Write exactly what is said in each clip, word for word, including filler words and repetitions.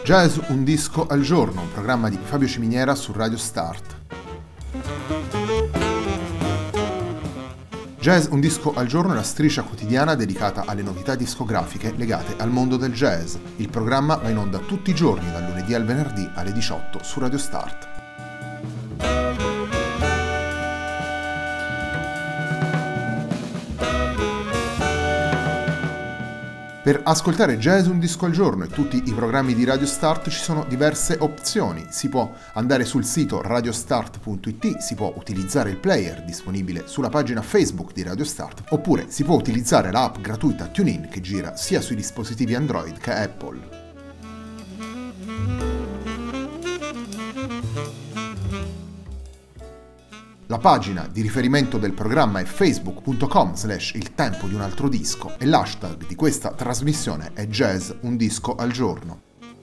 Jazz un disco al giorno, un programma di Fabio Ciminiera su Radio Start. Jazz un disco al giorno è la striscia quotidiana dedicata alle novità discografiche legate al mondo del jazz. Il programma va in onda tutti i giorni, dal lunedì al venerdì alle diciotto su Radio Start. Per ascoltare Jazz un disco al giorno e tutti i programmi di Radio Start ci sono diverse opzioni. Si può andare sul sito radiostart punto it, si può utilizzare il player disponibile sulla pagina Facebook di Radio Start, oppure si può utilizzare l'app gratuita TuneIn che gira sia sui dispositivi Android che Apple. La pagina di riferimento del programma è facebook punto com slash il tempo di un altro disco e l'hashtag di questa trasmissione è Jazz un disco al giorno.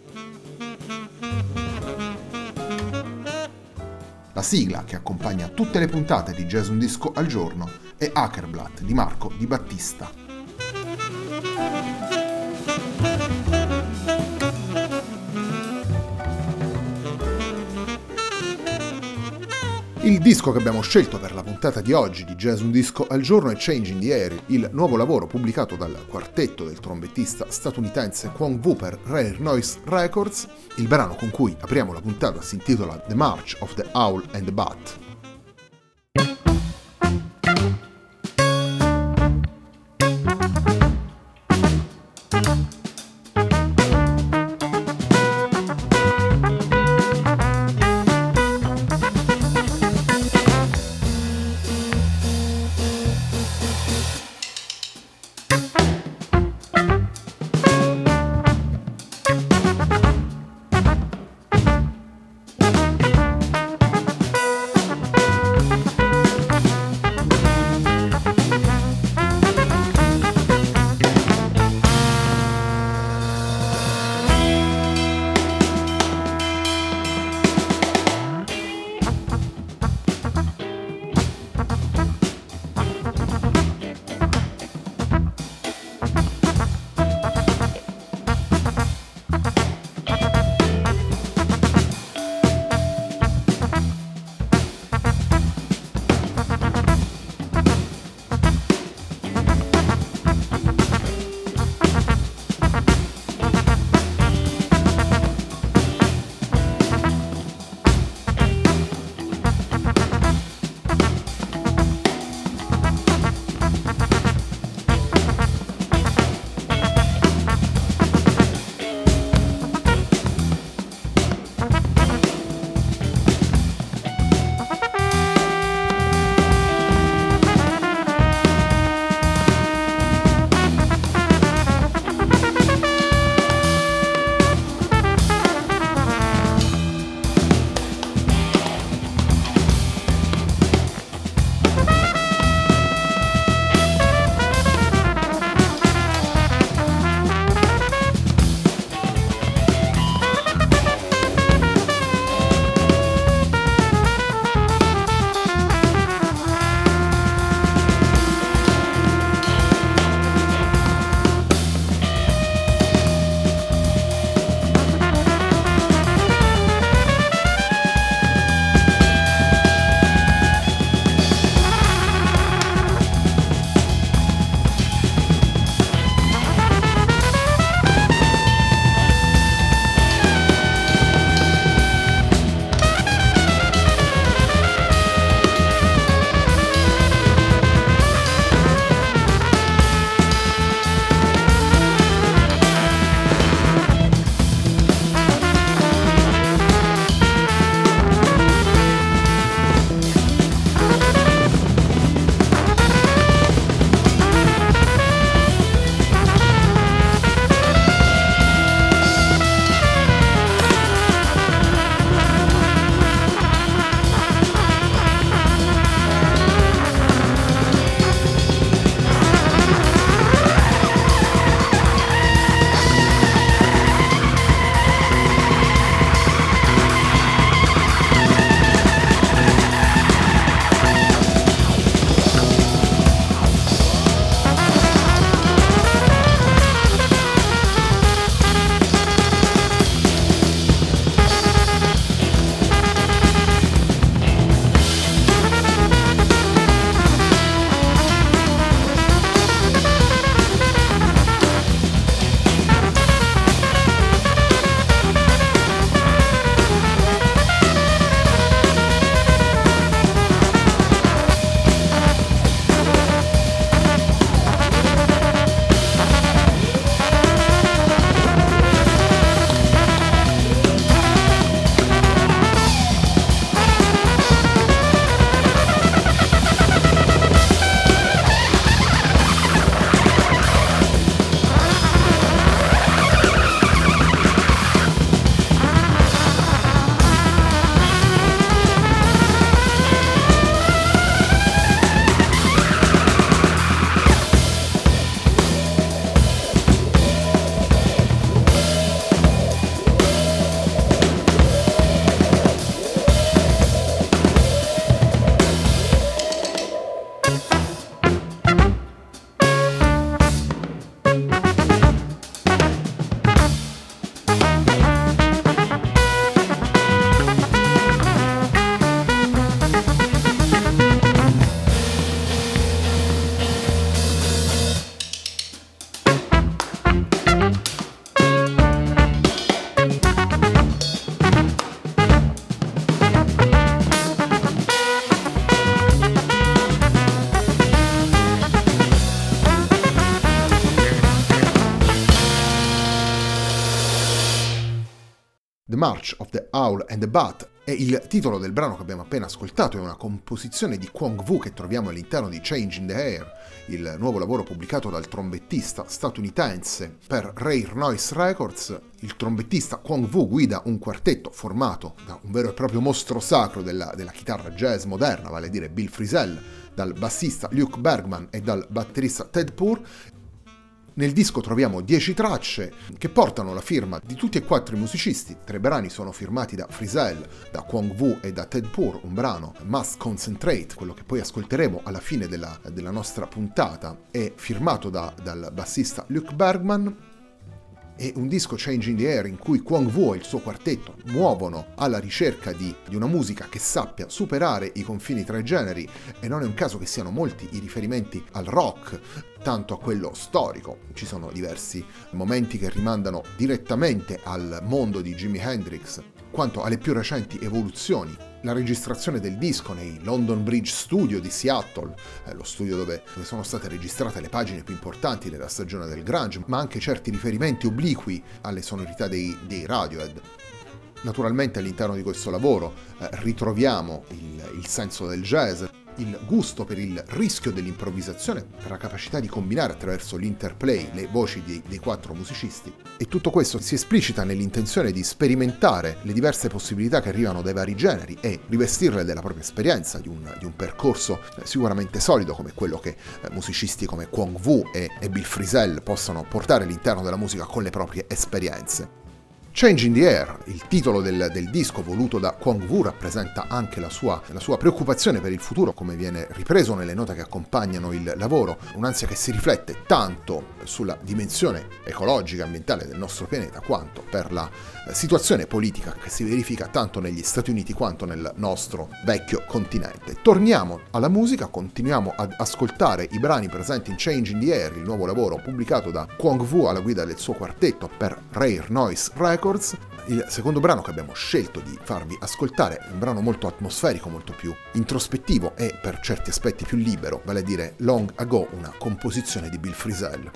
La sigla che accompagna tutte le puntate di Jazz un disco al giorno è Ackerblatt di Marco Di Battista. Il disco che abbiamo scelto per la puntata di oggi di Jazz un disco al giorno è Changing the Air, il nuovo lavoro pubblicato dal quartetto del trombettista statunitense Kwon Woo per Rare Noise Records. Il brano con cui apriamo la puntata si intitola The March of the Owl and the Bat. The March of the Owl and the Bat è il titolo del brano che abbiamo appena ascoltato, è una composizione di Kwong Vu che troviamo all'interno di Change in the Air, il nuovo lavoro pubblicato dal trombettista statunitense per Rare Noise Records. Il trombettista Kwong Vu guida un quartetto formato da un vero e proprio mostro sacro della, della chitarra jazz moderna, vale a dire Bill Frisell, dal bassista Luke Bergman e dal batterista Ted Poor. Nel disco troviamo dieci tracce che portano la firma di tutti e quattro i musicisti. Tre brani sono firmati da Frisell, da Kwong Vu e da Ted Poor. Un brano, Must Concentrate, quello che poi ascolteremo alla fine della, della nostra puntata, è firmato da, dal bassista Luke Bergman. È un disco Change in the Air in cui Kwong Vu e il suo quartetto muovono alla ricerca di, di una musica che sappia superare i confini tra i generi, e non è un caso che siano molti i riferimenti al rock, tanto a quello storico. Ci sono diversi momenti che rimandano direttamente al mondo di Jimi Hendrix, quanto alle più recenti evoluzioni. La registrazione del disco nei London Bridge Studio di Seattle, eh, lo studio dove, dove sono state registrate le pagine più importanti della stagione del grunge, ma anche certi riferimenti obliqui alle sonorità dei, dei Radiohead. Naturalmente all'interno di questo lavoro eh, ritroviamo il, il senso del jazz, il gusto per il rischio dell'improvvisazione, per la capacità di combinare attraverso l'interplay le voci dei, dei quattro musicisti. E tutto questo si esplicita nell'intenzione di sperimentare le diverse possibilità che arrivano dai vari generi e rivestirle della propria esperienza, di un, di un percorso sicuramente solido come quello che eh, musicisti come Kwong Vu e, e Bill Frisell possano portare all'interno della musica con le proprie esperienze. Change in the Air, il titolo del, del disco voluto da Kwong Vu, rappresenta anche la sua, la sua preoccupazione per il futuro, come viene ripreso nelle note che accompagnano il lavoro, un'ansia che si riflette tanto sulla dimensione ecologica e ambientale del nostro pianeta, quanto per la eh, situazione politica che si verifica tanto negli Stati Uniti quanto nel nostro vecchio continente. Torniamo alla musica, continuiamo ad ascoltare i brani presenti in Change in the Air, il nuovo lavoro pubblicato da Kwong Vu alla guida del suo quartetto per Rare Noise Records. Il secondo brano che abbiamo scelto di farvi ascoltare è un brano molto atmosferico, molto più introspettivo e per certi aspetti più libero, vale a dire Long Ago, una composizione di Bill Frisell.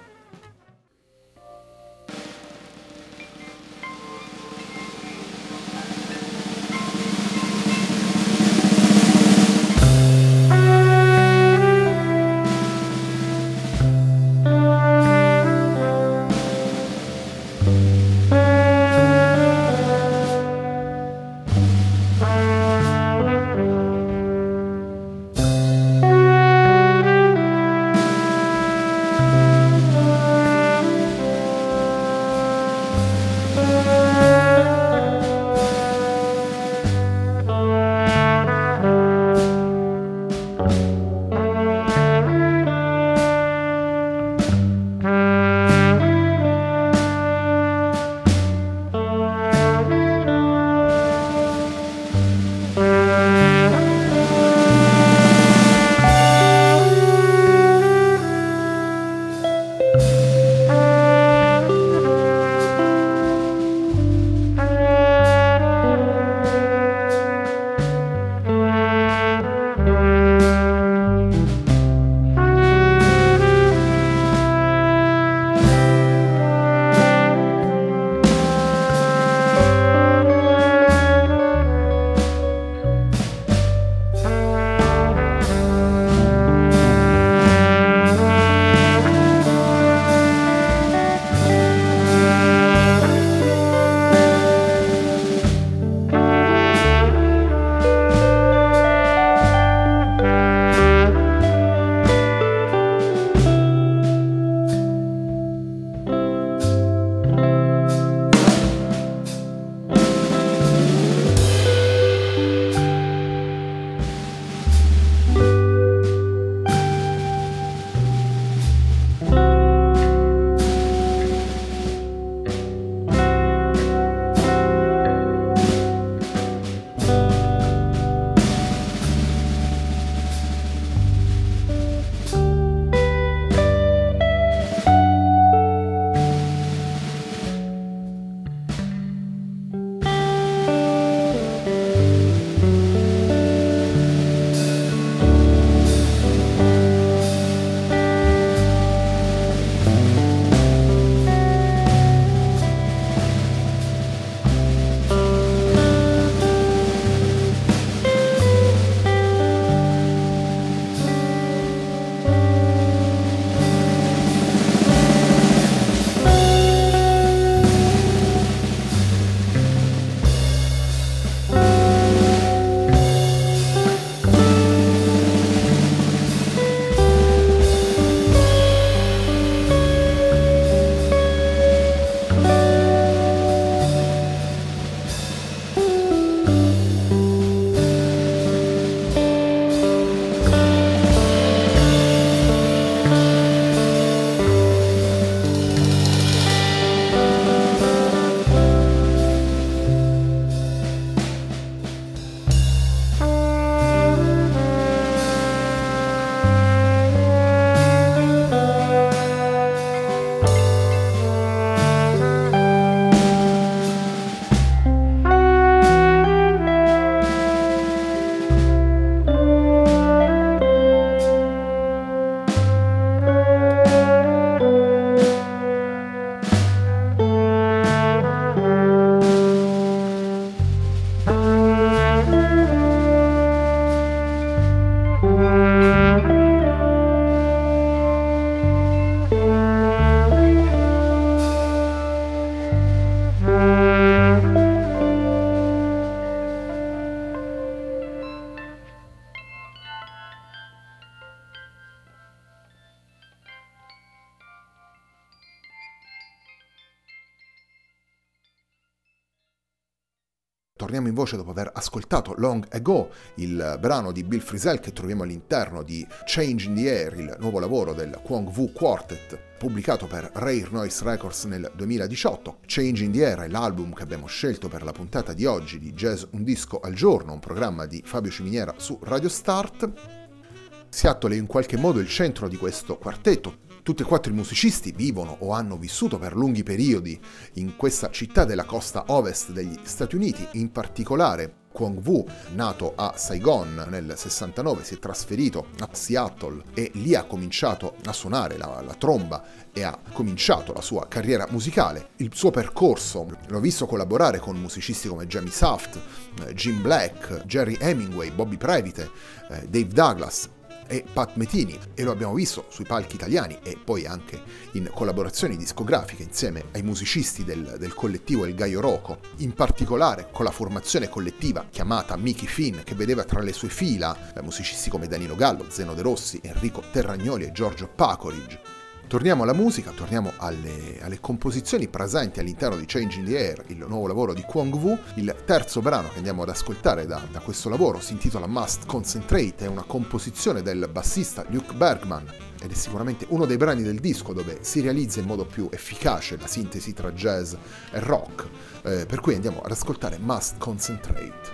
Torniamo in voce dopo aver ascoltato Long Ago, il brano di Bill Frisell che troviamo all'interno di Change in the Air, il nuovo lavoro del Kwong Vu Quartet, pubblicato per Rare Noise Records nel duemiladiciotto. Change in the Air è l'album che abbiamo scelto per la puntata di oggi di Jazz Un Disco al Giorno, un programma di Fabio Ciminiera su Radio Start. Seattle è in qualche modo il centro di questo quartetto. Tutti e quattro i musicisti vivono o hanno vissuto per lunghi periodi in questa città della costa ovest degli Stati Uniti, in particolare Kwong Vu, nato a Saigon nel sessantanove, si è trasferito a Seattle e lì ha cominciato a suonare la, la tromba e ha cominciato la sua carriera musicale. Il suo percorso l'ho visto collaborare con musicisti come Jamie Saft, Jim Black, Jerry Hemingway, Bobby Previte, Dave Douglas e Pat Metini, e lo abbiamo visto sui palchi italiani e poi anche in collaborazioni discografiche insieme ai musicisti del, del collettivo El Gallo Roco, in particolare con la formazione collettiva chiamata Mickey Finn, che vedeva tra le sue fila eh, musicisti come Danilo Gallo, Zeno De Rossi, Enrico Terragnoli e Giorgio Pacoridge. Torniamo alla musica, torniamo alle, alle composizioni presenti all'interno di Change in the Air, il nuovo lavoro di Kwong Vu. Il terzo brano che andiamo ad ascoltare da, da questo lavoro si intitola Must Concentrate, è una composizione del bassista Luke Bergman ed è sicuramente uno dei brani del disco dove si realizza in modo più efficace la sintesi tra jazz e rock, eh, per cui andiamo ad ascoltare Must Concentrate.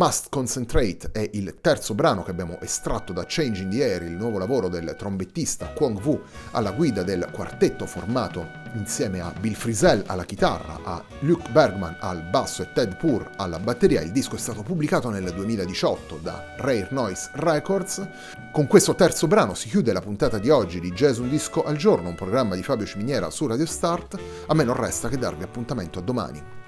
Must Concentrate è il terzo brano che abbiamo estratto da Change in the Air, il nuovo lavoro del trombettista Kwang Wu alla guida del quartetto formato insieme a Bill Frisell alla chitarra, a Luke Bergman al basso e Ted Poor alla batteria. Il disco è stato pubblicato nel duemiladiciotto da Rare Noise Records. Con questo terzo brano si chiude la puntata di oggi di Jazz Un Disco al Giorno, un programma di Fabio Ciminiera su Radio Start. A me non resta che darvi appuntamento a domani.